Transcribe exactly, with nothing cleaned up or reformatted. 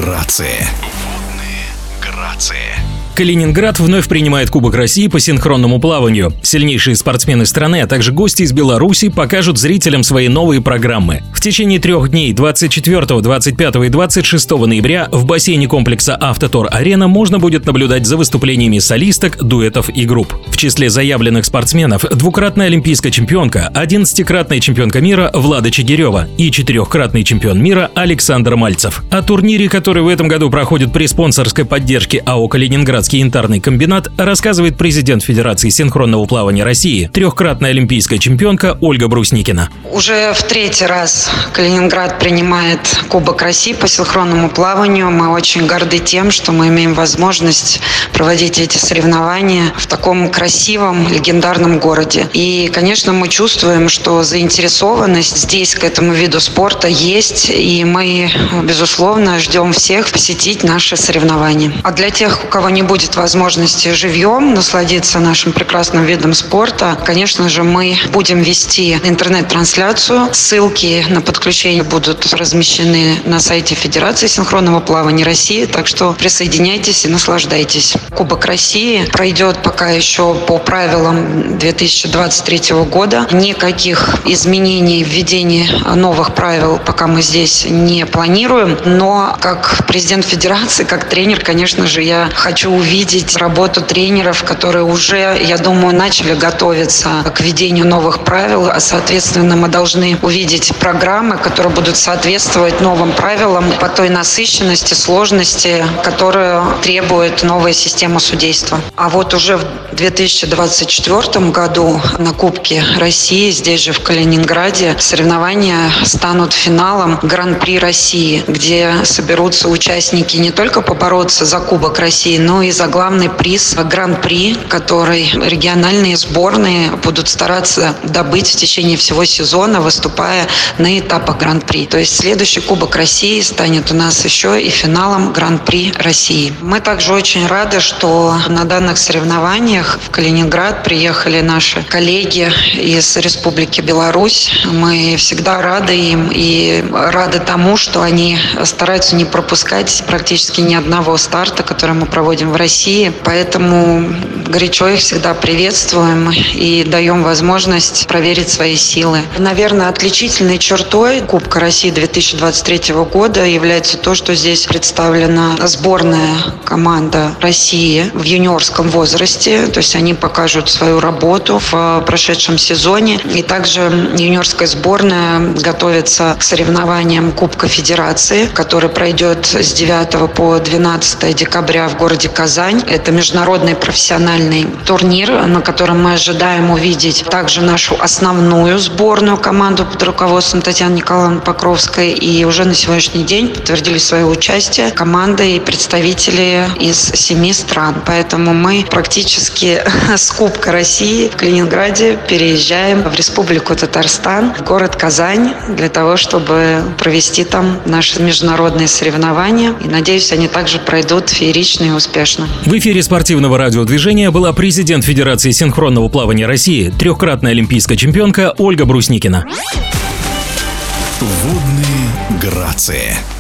грации. Водные грации. Калининград вновь принимает Кубок России по синхронному плаванию. Сильнейшие спортсмены страны, а также гости из Беларуси покажут зрителям свои новые программы. В течение трех дней двадцать четвёртого, двадцать пятого и двадцать шестого ноября в бассейне комплекса «Автотор-Арена» можно будет наблюдать за выступлениями солисток, дуэтов и групп. В числе заявленных спортсменов двукратная олимпийская чемпионка, одиннадцатикратная чемпионка мира Влада Чигирева и четырехкратный чемпион мира Александр Мальцев. О турнире, который в этом году проходит при спонсорской поддержке АО «Калининградский янтарный комбинат», рассказывает президент Федерации синхронного плавания России, трехкратная олимпийская чемпионка Ольга Брусникина. Уже в третий раз Калининград принимает Кубок России по синхронному плаванию. Мы очень горды тем, что мы имеем возможность проводить эти соревнования в таком красивом, легендарном городе. И, конечно, мы чувствуем, что заинтересованность здесь к этому виду спорта есть, и мы, безусловно, ждем всех посетить наши соревнования. А для тех, у кого не будет возможности живьем насладиться нашим прекрасным видом спорта, конечно же, мы будем вести интернет-трансляцию. Ссылки на подключение будут размещены на сайте Федерации синхронного плавания России, так что присоединяйтесь и наслаждайтесь. Кубок России пройдет пока еще по правилам две тысячи двадцать третьего года. Никаких изменений, введения новых правил пока мы здесь не планируем, но как президент Федерации, как тренер, конечно же, я хочу увидеть работу тренеров, которые уже, я думаю, начали готовиться к введению новых правил, а соответственно мы должны увидеть программы, которые будут соответствовать новым правилам по той насыщенности, сложности, которую требует новая система судейства. А вот уже в две тысячи двадцать четвёртом году на Кубке России, здесь же в Калининграде, соревнования станут финалом Гран-при России, где соберутся участники не только побороться за Кубок России, но и за главный приз Гран-при, который региональные сборные будут стараться добыть в течение всего сезона, выступая на этапах Гран-при. То есть следующий Кубок России станет у нас еще и финалом Гран-при России. Мы также очень рады, что на данных соревнованиях в Калининград приехали наши коллеги из Республики Беларусь. Мы всегда рады им и рады тому, что они стараются не пропускать практически ни одного старта, который мы проводим в России. Поэтому горячо их всегда приветствуем и даем возможность проверить свои силы. Наверное, отличительной чертой Кубка России две тысячи двадцать третьего года является то, что здесь представлена сборная команда России в юниорском возрасте. То есть они покажут свою работу в прошедшем сезоне. И также юниорская сборная готовится к соревнованиям Кубка Федерации, который пройдет с девятого по двенадцатое декабря в городе Казань. Это международный профессиональный турнир, на котором мы ожидаем увидеть также нашу основную сборную команду под руководством Татьяны Николаевны Покровской. И уже на сегодняшний день подтвердили свое участие команды и представители из семи стран. Поэтому мы практически с Кубка России в Калининграде переезжаем в Республику Татарстан, в город Казань, для того, чтобы провести там наши международные соревнования. И надеюсь, они также пройдут феерично и успешно. В эфире спортивного радиодвижения была президент Федерации синхронного плавания России, трехкратная олимпийская чемпионка Ольга Брусникина. Водные грации.